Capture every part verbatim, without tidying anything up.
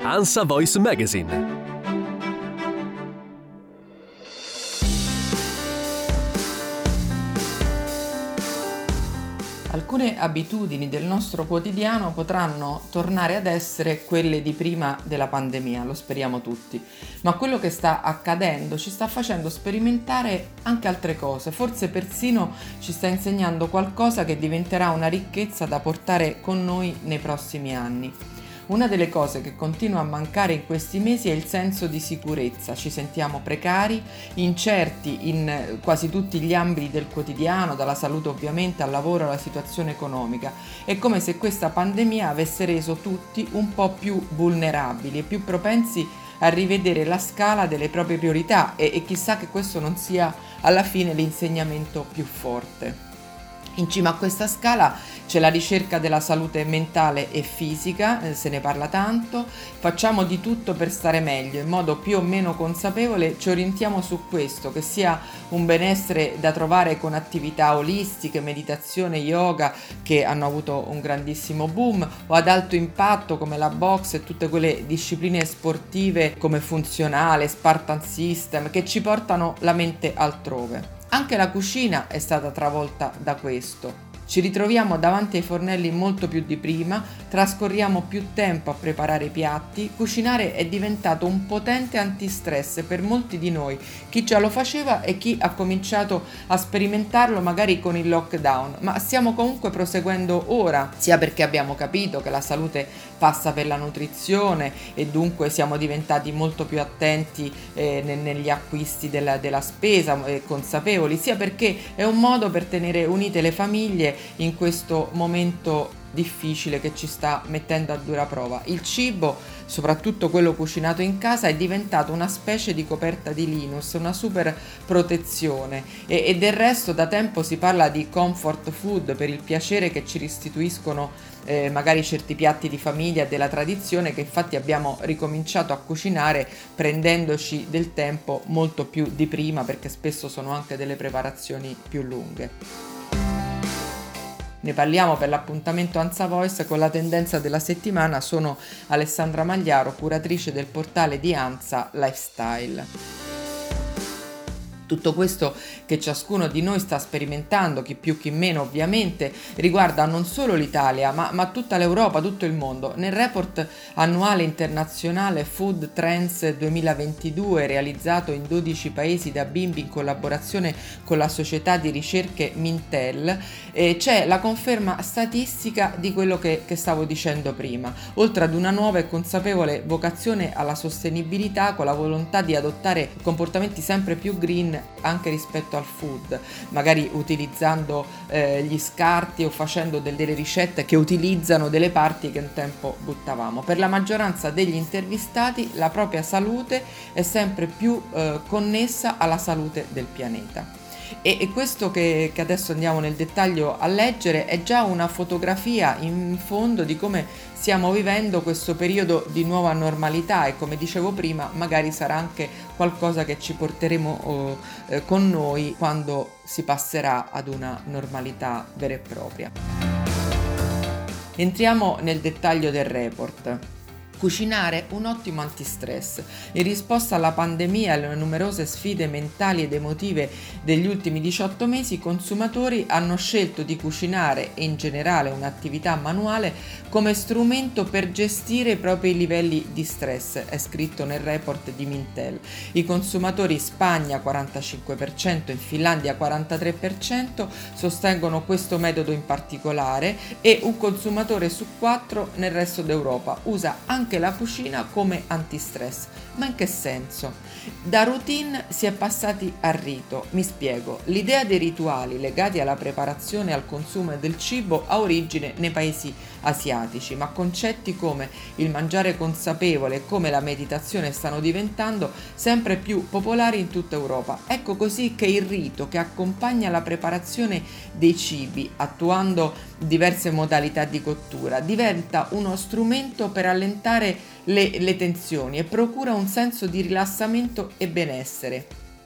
ANSA Voice Magazine. Alcune abitudini del nostro quotidiano potranno tornare ad essere quelle di prima della pandemia, lo speriamo tutti, ma quello che sta accadendo ci sta facendo sperimentare anche altre cose, forse persino ci sta insegnando qualcosa che diventerà una ricchezza da portare con noi nei prossimi anni. Una delle cose che continua a mancare in questi mesi è il senso di sicurezza. Ci sentiamo precari, incerti in quasi tutti gli ambiti del quotidiano, dalla salute ovviamente al lavoro alla situazione economica. È come se questa pandemia avesse reso tutti un po' più vulnerabili e più propensi a rivedere la scala delle proprie priorità e, e chissà che questo non sia alla fine l'insegnamento più forte. In cima a questa scala c'è la ricerca della salute mentale e fisica, eh, se ne parla tanto, facciamo di tutto per stare meglio, in modo più o meno consapevole ci orientiamo su questo, che sia un benessere da trovare con attività olistiche, meditazione, yoga, che hanno avuto un grandissimo boom, o ad alto impatto come la box e tutte quelle discipline sportive come funzionale, Spartan System, che ci portano la mente altrove. Anche la cucina è stata travolta da questo. Ci ritroviamo davanti ai fornelli molto più di prima, trascorriamo più tempo a preparare i piatti, cucinare è diventato un potente antistress per molti di noi, chi già lo faceva e chi ha cominciato a sperimentarlo magari con il lockdown, ma stiamo comunque proseguendo ora, sia perché abbiamo capito che la salute passa per la nutrizione e dunque siamo diventati molto più attenti eh, ne- negli acquisti della, della spesa e eh, consapevoli, sia perché è un modo per tenere unite le famiglie in questo momento difficile che ci sta mettendo a dura prova. Il cibo, soprattutto quello cucinato in casa, è diventato una specie di coperta di Linus, una super protezione e, e del resto da tempo si parla di comfort food per il piacere che ci restituiscono eh, magari certi piatti di famiglia della tradizione, che infatti abbiamo ricominciato a cucinare prendendoci del tempo molto più di prima, perché spesso sono anche delle preparazioni più lunghe. Ne parliamo per l'appuntamento ANSA Voice con la tendenza della settimana. Sono Alessandra Magliaro, curatrice del portale di ANSA Lifestyle. Tutto questo che ciascuno di noi sta sperimentando, chi più chi meno ovviamente, riguarda non solo l'Italia ma, ma tutta l'Europa, tutto il mondo. Nel report annuale internazionale Food Trends duemilaventidue, realizzato in dodici paesi da Bimbi in collaborazione con la società di ricerche Mintel, eh, c'è la conferma statistica di quello che, che stavo dicendo prima, oltre ad una nuova e consapevole vocazione alla sostenibilità, con la volontà di adottare comportamenti sempre più green anche rispetto al food, magari utilizzando eh, gli scarti o facendo del, delle ricette che utilizzano delle parti che un tempo buttavamo. Per la maggioranza degli intervistati la propria salute è sempre più eh, connessa alla salute del pianeta. E, e questo che, che adesso andiamo nel dettaglio a leggere è già una fotografia in fondo di come stiamo vivendo questo periodo di nuova normalità e, come dicevo prima, magari sarà anche qualcosa che ci porteremo oh, eh, con noi quando si passerà ad una normalità vera e propria. Entriamo nel dettaglio del report. Cucinare un ottimo antistress. In risposta alla pandemia e alle numerose sfide mentali ed emotive degli ultimi diciotto mesi, i consumatori hanno scelto di cucinare e in generale un'attività manuale come strumento per gestire i propri livelli di stress, è scritto nel report di Mintel. I consumatori in Spagna quarantacinque per cento, in Finlandia quarantatré per cento sostengono questo metodo in particolare e un consumatore su quattro nel resto d'Europa usa anche la cucina come antistress. Ma in che senso? Da routine si è passati al rito. Mi spiego. L'idea dei rituali legati alla preparazione e al consumo del cibo ha origine nei paesi asiatici, ma concetti come il mangiare consapevole e come la meditazione stanno diventando sempre più popolari in tutta Europa. Ecco così che il rito che accompagna la preparazione dei cibi, attuando diverse modalità di cottura, diventa uno strumento per allentare le, le tensioni e procura un senso di rilassamento e benessere.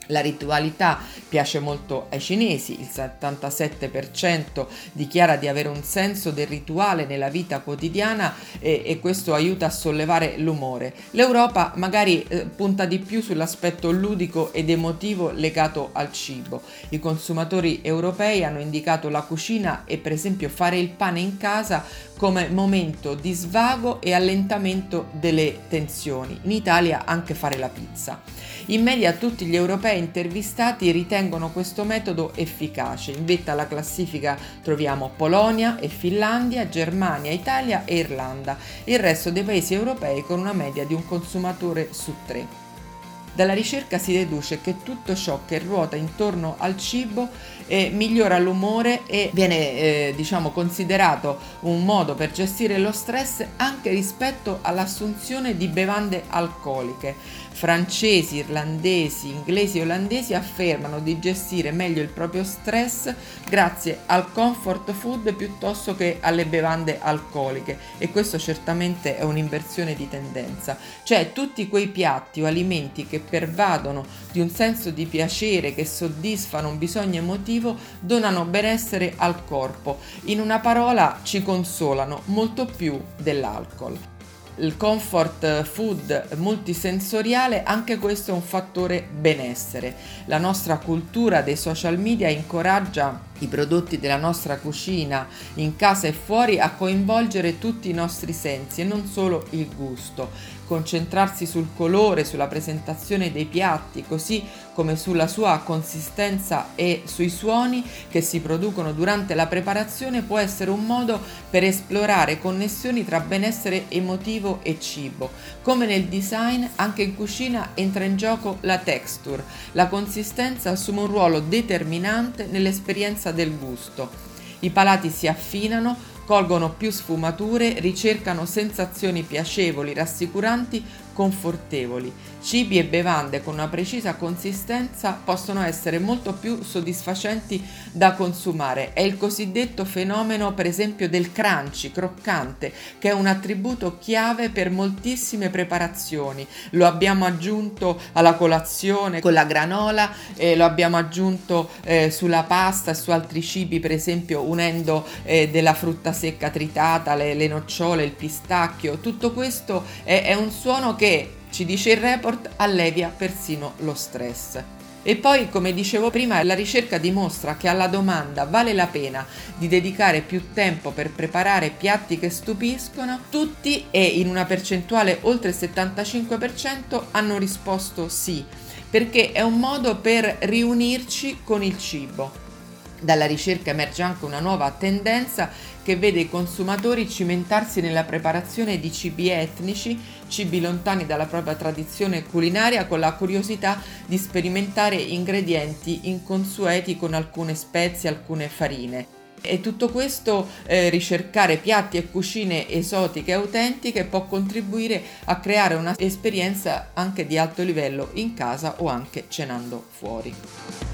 La ritualità piace molto ai cinesi, il settantasette per cento dichiara di avere un senso del rituale nella vita quotidiana e, e questo aiuta a sollevare l'umore. L'Europa magari eh, punta di più sull'aspetto ludico ed emotivo legato al cibo. I consumatori europei hanno indicato la cucina e per esempio fare il pane in casa come momento di svago e allentamento delle tensioni. In Italia anche fare la pizza. In media tutti gli europei intervistati ritengono questo metodo efficace. In vetta alla classifica troviamo Polonia e Finlandia, Germania, Italia e Irlanda, il resto dei paesi europei con una media di un consumatore su tre. Dalla ricerca si deduce che tutto ciò che ruota intorno al cibo eh, migliora l'umore e viene eh, diciamo considerato un modo per gestire lo stress anche rispetto all'assunzione di bevande alcoliche. Francesi, irlandesi, inglesi e olandesi affermano di gestire meglio il proprio stress grazie al comfort food piuttosto che alle bevande alcoliche, e questo certamente è un'inversione di tendenza, cioè tutti quei piatti o alimenti che pervadono di un senso di piacere, che soddisfano un bisogno emotivo, donano benessere al corpo. In una parola, ci consolano molto più dell'alcol. Il comfort food multisensoriale, anche questo è un fattore benessere. La nostra cultura dei social media incoraggia i prodotti della nostra cucina in casa e fuori a coinvolgere tutti i nostri sensi e non solo il gusto. Concentrarsi sul colore, sulla presentazione dei piatti, così come sulla sua consistenza e sui suoni che si producono durante la preparazione, può essere un modo per esplorare connessioni tra benessere emotivo e cibo. Come nel design, anche in cucina entra in gioco la texture. La consistenza assume un ruolo determinante nell'esperienza del gusto. I palati si affinano, colgono più sfumature, ricercano sensazioni piacevoli, rassicuranti, confortevoli. Cibi e bevande con una precisa consistenza possono essere molto più soddisfacenti da consumare. È il cosiddetto fenomeno, per esempio, del crunchy, croccante, che è un attributo chiave per moltissime preparazioni. Lo abbiamo aggiunto alla colazione con la granola, eh, lo abbiamo aggiunto eh, sulla pasta e su altri cibi, per esempio unendo eh, della frutta secca tritata, le, le nocciole, il pistacchio. Tutto questo è, è un suono che, ci dice il report, allevia persino lo stress. E poi, come dicevo prima, la ricerca dimostra che alla domanda vale la pena di dedicare più tempo per preparare piatti che stupiscono, tutti, e in una percentuale oltre il settantacinque per cento, hanno risposto sì, perché è un modo per riunirci con il cibo. Dalla ricerca emerge anche una nuova tendenza che vede i consumatori cimentarsi nella preparazione di cibi etnici, cibi lontani dalla propria tradizione culinaria, con la curiosità di sperimentare ingredienti inconsueti con alcune spezie, alcune farine. E tutto questo, eh, ricercare piatti e cucine esotiche e autentiche, può contribuire a creare un'esperienza anche di alto livello in casa o anche cenando fuori.